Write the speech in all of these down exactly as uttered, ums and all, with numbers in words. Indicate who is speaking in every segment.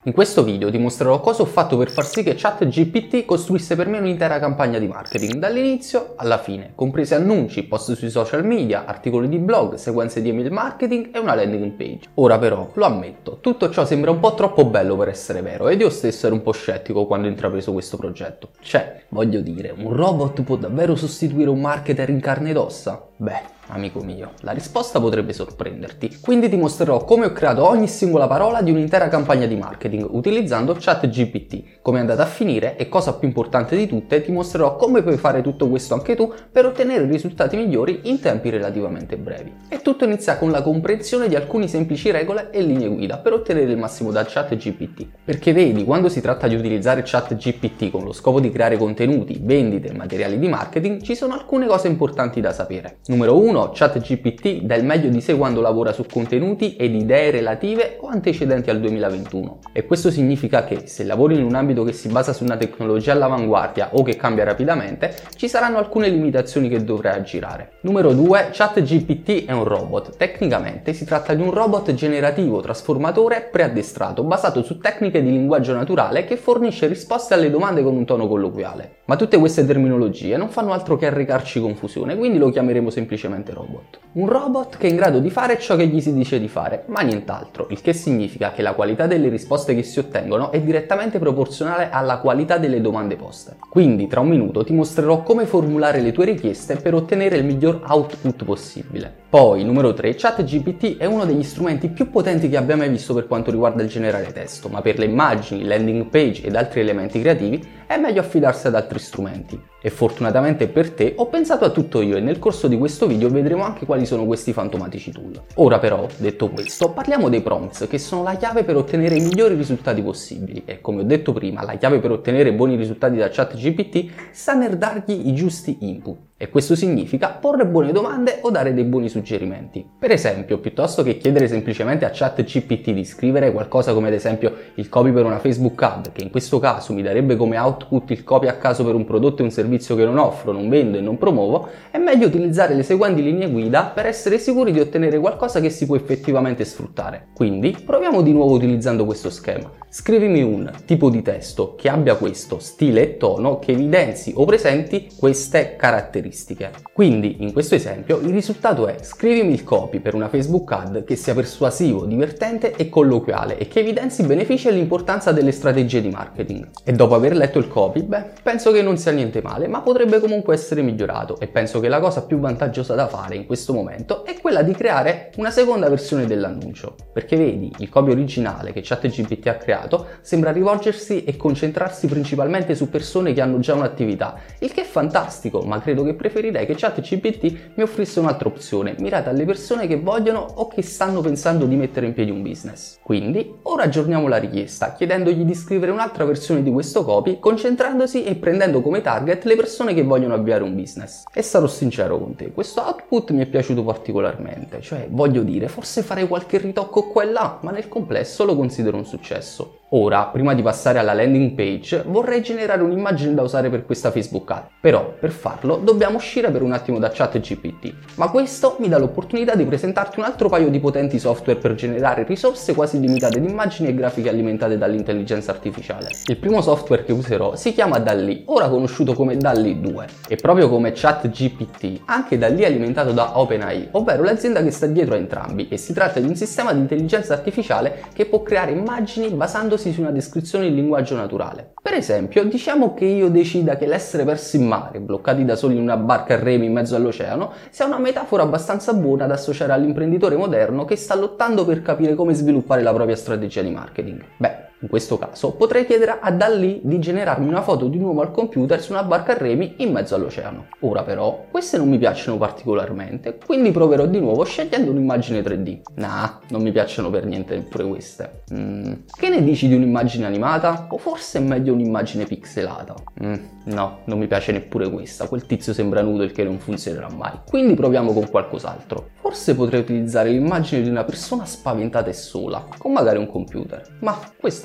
Speaker 1: In questo video ti mostrerò cosa ho fatto per far sì che ChatGPT costruisse per me un'intera campagna di marketing, dall'inizio alla fine, compresi annunci, post sui social media, articoli di blog, sequenze di email marketing e una landing page. Ora però, lo ammetto, tutto ciò sembra un po' troppo bello per essere vero ed io stesso ero un po' scettico quando ho intrapreso questo progetto. Cioè, voglio dire, un robot può davvero sostituire un marketer in carne ed ossa? Beh, amico mio, la risposta potrebbe sorprenderti. Quindi ti mostrerò come ho creato ogni singola parola di un'intera campagna di marketing utilizzando ChatGPT, come è andata a finire e, cosa più importante di tutte, ti mostrerò come puoi fare tutto questo anche tu per ottenere risultati migliori in tempi relativamente brevi. E tutto inizia con la comprensione di alcune semplici regole e linee guida per ottenere il massimo da ChatGPT. Perché vedi, quando si tratta di utilizzare ChatGPT con lo scopo di creare contenuti, vendite e materiali di marketing, ci sono alcune cose importanti da sapere. Numero uno, ChatGPT dà il meglio di sé quando lavora su contenuti ed idee relative o antecedenti al duemilaventuno. E questo significa che se lavori in un ambito che si basa su una tecnologia all'avanguardia o che cambia rapidamente, ci saranno alcune limitazioni che dovrai aggirare. Numero due, ChatGPT è un robot. Tecnicamente si tratta di un robot generativo trasformatore preaddestrato basato su tecniche di linguaggio naturale che fornisce risposte alle domande con un tono colloquiale. Ma tutte queste terminologie non fanno altro che arrecarci confusione, quindi lo chiameremo semplicemente robot. Un robot che è in grado di fare ciò che gli si dice di fare, ma nient'altro, il che significa che la qualità delle risposte che si ottengono è direttamente proporzionale alla qualità delle domande poste. Quindi tra un minuto ti mostrerò come formulare le tue richieste per ottenere il miglior output possibile. Poi, numero tre, ChatGPT è uno degli strumenti più potenti che abbia mai visto per quanto riguarda il generare testo, ma per le immagini, landing page ed altri elementi creativi è meglio affidarsi ad altri strumenti. E fortunatamente per te ho pensato a tutto io e nel corso di questo video vedremo anche quali sono questi fantomatici tool. Ora però, detto questo, parliamo dei prompts, che sono la chiave per ottenere i migliori risultati possibili e, come ho detto prima, la chiave per ottenere buoni risultati da ChatGPT sta nel dargli i giusti input. E questo significa porre buone domande o dare dei buoni suggerimenti. Per esempio, piuttosto che chiedere semplicemente a ChatGPT di scrivere qualcosa come ad esempio il copy per una Facebook ad, che in questo caso mi darebbe come output il copy a caso per un prodotto e un servizio che non offro, non vendo e non promuovo, è meglio utilizzare le seguenti linee guida per essere sicuri di ottenere qualcosa che si può effettivamente sfruttare. Quindi, proviamo di nuovo utilizzando questo schema. Scrivimi un tipo di testo che abbia questo stile e tono che evidenzi o presenti queste caratteristiche. Quindi, in questo esempio, il risultato è: scrivimi il copy per una Facebook ad che sia persuasivo, divertente e colloquiale e che evidenzi i benefici e l'importanza delle strategie di marketing. E dopo aver letto il copy, beh, penso che non sia niente male, ma potrebbe comunque essere migliorato e penso che la cosa più vantaggiosa da fare in questo momento è quella di creare una seconda versione dell'annuncio. Perché vedi, il copy originale che ChatGPT ha creato sembra rivolgersi e concentrarsi principalmente su persone che hanno già un'attività, il che è fantastico, ma credo che preferirei che ChatGPT mi offrisse un'altra opzione, mirata alle persone che vogliono o che stanno pensando di mettere in piedi un business. Quindi, ora aggiorniamo la richiesta, chiedendogli di scrivere un'altra versione di questo copy, concentrandosi e prendendo come target le persone che vogliono avviare un business. E sarò sincero con te, questo output mi è piaciuto particolarmente, cioè, voglio dire, forse farei qualche ritocco qua e là, ma nel complesso lo considero un successo. Ora, prima di passare alla landing page, vorrei generare un'immagine da usare per questa Facebook ad. Però, per farlo, dobbiamo uscire per un attimo da ChatGPT. Ma questo mi dà l'opportunità di presentarti un altro paio di potenti software per generare risorse quasi limitate di immagini e grafiche alimentate dall'intelligenza artificiale. Il primo software che userò si chiama DALL-E, ora conosciuto come DALL-E due. E proprio come ChatGPT, anche DALL-E è alimentato da OpenAI, ovvero l'azienda che sta dietro a entrambi, e si tratta di un sistema di intelligenza artificiale che può creare immagini basandosi su una descrizione in linguaggio naturale. Per esempio, diciamo che io decida che l'essere persi in mare, bloccati da soli in una barca a remi in mezzo all'oceano, sia una metafora abbastanza buona da associare all'imprenditore moderno che sta lottando per capire come sviluppare la propria strategia di marketing. Beh, in questo caso potrei chiedere a DALL-E di generarmi una foto di nuovo al computer su una barca a remi in mezzo all'oceano. Ora però, queste non mi piacciono particolarmente, quindi proverò di nuovo scegliendo un'immagine tre D. Nah, non mi piacciono per niente neppure queste. Mm. Che ne dici di un'immagine animata? O forse è meglio un'immagine pixelata? Mm. No, non mi piace neppure questa, quel tizio sembra nudo, il che non funzionerà mai. Quindi proviamo con qualcos'altro. Forse potrei utilizzare l'immagine di una persona spaventata e sola, con magari un computer. Ma questa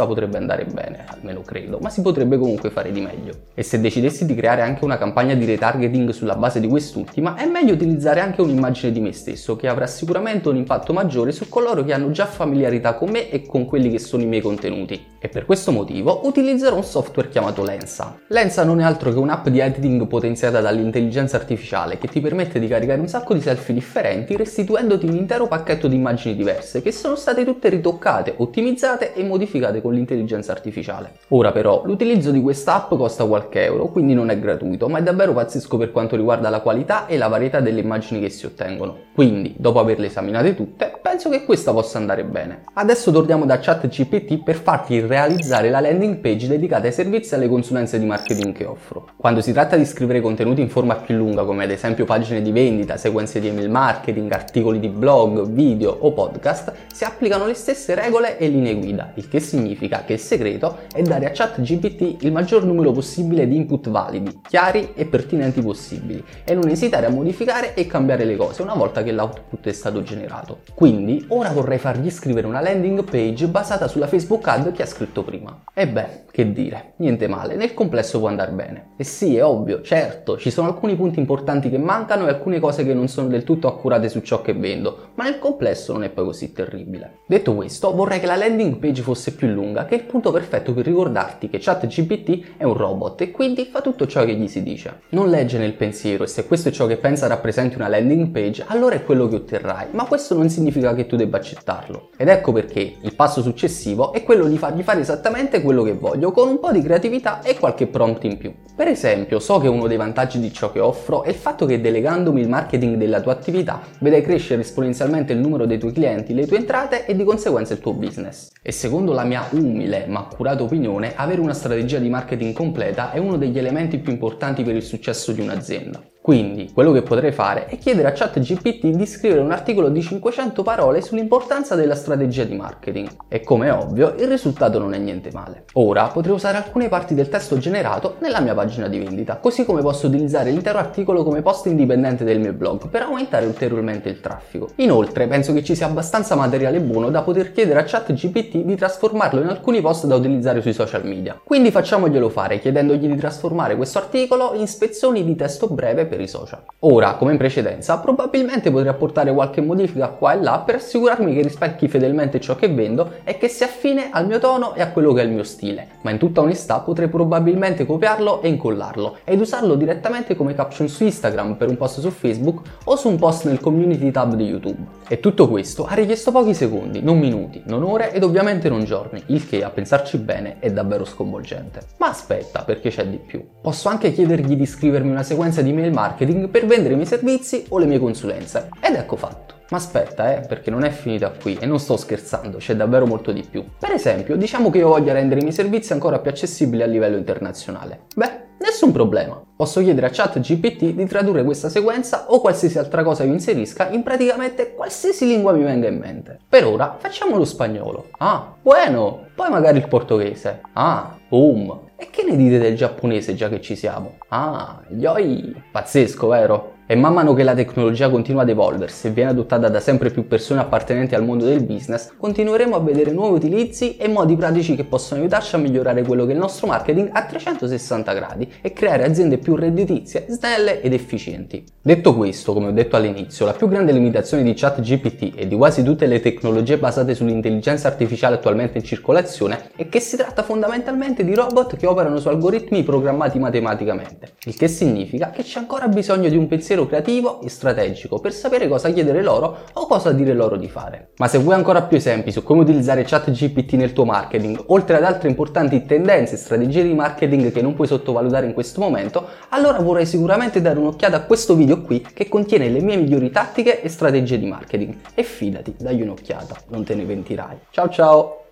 Speaker 1: questa potrebbe andare bene, almeno credo, ma si potrebbe comunque fare di meglio. E se decidessi di creare anche una campagna di retargeting sulla base di quest'ultima, è meglio utilizzare anche un'immagine di me stesso, che avrà sicuramente un impatto maggiore su coloro che hanno già familiarità con me e con quelli che sono i miei contenuti. E per questo motivo utilizzerò un software chiamato Lensa. Lensa non è altro che un'app di editing potenziata dall'intelligenza artificiale che ti permette di caricare un sacco di selfie differenti, restituendoti un intero pacchetto di immagini diverse che sono state tutte ritoccate, ottimizzate e modificate con l'intelligenza artificiale. Ora però l'utilizzo di questa app costa qualche euro, quindi non è gratuito, ma è davvero pazzesco per quanto riguarda la qualità e la varietà delle immagini che si ottengono. Quindi, dopo averle esaminate tutte, penso che questa possa andare bene. Adesso torniamo da ChatGPT per farti realizzare la landing page dedicata ai servizi e alle consulenze di marketing che offro. Quando si tratta di scrivere contenuti in forma più lunga, come ad esempio pagine di vendita, sequenze di email marketing, articoli di blog, video o podcast, si applicano le stesse regole e linee guida, il che significa che il segreto è dare a ChatGPT il maggior numero possibile di input validi, chiari e pertinenti possibili, e non esitare a modificare e cambiare le cose una volta che l'output è stato generato. Quindi ora vorrei fargli scrivere una landing page basata sulla Facebook ad che ha scritto prima. E beh, che dire, niente male, nel complesso può andare bene. E sì, è ovvio, certo, ci sono alcuni punti importanti che mancano e alcune cose che non sono del tutto accurate su ciò che vendo, ma nel complesso non è poi così terribile. Detto questo, vorrei che la landing page fosse più lunga, che è il punto perfetto per ricordarti che ChatGPT è un robot e quindi fa tutto ciò che gli si dice. Non legge nel pensiero e se questo è ciò che pensa rappresenti una landing page, allora è quello che otterrai, ma questo non significa che tu debba accettarlo. Ed ecco perché il passo successivo è quello di fargli fare esattamente quello che voglio, con un po' di creatività e qualche prompt in più. Per esempio, so che uno dei vantaggi di ciò che offro è il fatto che delegandomi il marketing della tua attività, vedrai crescere esponenzialmente il numero dei tuoi clienti, le tue entrate e di conseguenza il tuo business. E secondo la mia umile ma accurata opinione, avere una strategia di marketing completa è uno degli elementi più importanti per il successo di un'azienda. Quindi, quello che potrei fare è chiedere a ChatGPT di scrivere un articolo di cinquecento parole sull'importanza della strategia di marketing. E come è ovvio, il risultato non è niente male. Ora potrei usare alcune parti del testo generato nella mia pagina di vendita, così come posso utilizzare l'intero articolo come post indipendente del mio blog per aumentare ulteriormente il traffico. Inoltre, penso che ci sia abbastanza materiale buono da poter chiedere a ChatGPT di trasformarlo in alcuni post da utilizzare sui social media. Quindi facciamoglielo fare, chiedendogli di trasformare questo articolo in spezzoni di testo breve per i social. Ora, come in precedenza, probabilmente potrei apportare qualche modifica qua e là per assicurarmi che rispecchi fedelmente ciò che vendo e che sia affine al mio tono e a quello che è il mio stile, ma in tutta onestà potrei probabilmente copiarlo e incollarlo ed usarlo direttamente come caption su Instagram, per un post su Facebook o su un post nel community tab di YouTube. E tutto questo ha richiesto pochi secondi, non minuti, non ore ed ovviamente non giorni, il che a pensarci bene è davvero sconvolgente. Ma aspetta, perché c'è di più. Posso anche chiedergli di scrivermi una sequenza di email marketing per vendere i miei servizi o le mie consulenze. Ed ecco fatto. Ma aspetta, eh, perché non è finita qui e non sto scherzando, c'è davvero molto di più. Per esempio, diciamo che io voglia rendere i miei servizi ancora più accessibili a livello internazionale. Beh, nessun problema. Posso chiedere a ChatGPT di tradurre questa sequenza o qualsiasi altra cosa io inserisca in praticamente qualsiasi lingua mi venga in mente. Per ora facciamo lo spagnolo. Ah, bueno! Poi magari il portoghese. Ah, boom! E che ne dite del giapponese, già che ci siamo? Ah, yoi! Pazzesco, vero? E man mano che la tecnologia continua ad evolversi e viene adottata da sempre più persone appartenenti al mondo del business, continueremo a vedere nuovi utilizzi e modi pratici che possono aiutarci a migliorare quello che è il nostro marketing a trecentosessanta gradi e creare aziende più redditizie, snelle ed efficienti. Detto questo, come ho detto all'inizio, la più grande limitazione di ChatGPT e di quasi tutte le tecnologie basate sull'intelligenza artificiale attualmente in circolazione è che si tratta fondamentalmente di robot che operano su algoritmi programmati matematicamente, il che significa che c'è ancora bisogno di un pensiero creativo e strategico per sapere cosa chiedere loro o cosa dire loro di fare. Ma se vuoi ancora più esempi su come utilizzare ChatGPT nel tuo marketing, oltre ad altre importanti tendenze e strategie di marketing che non puoi sottovalutare in questo momento, allora vorrei sicuramente dare un'occhiata a questo video qui che contiene le mie migliori tattiche e strategie di marketing. E fidati, dagli un'occhiata, non te ne pentirai. Ciao ciao!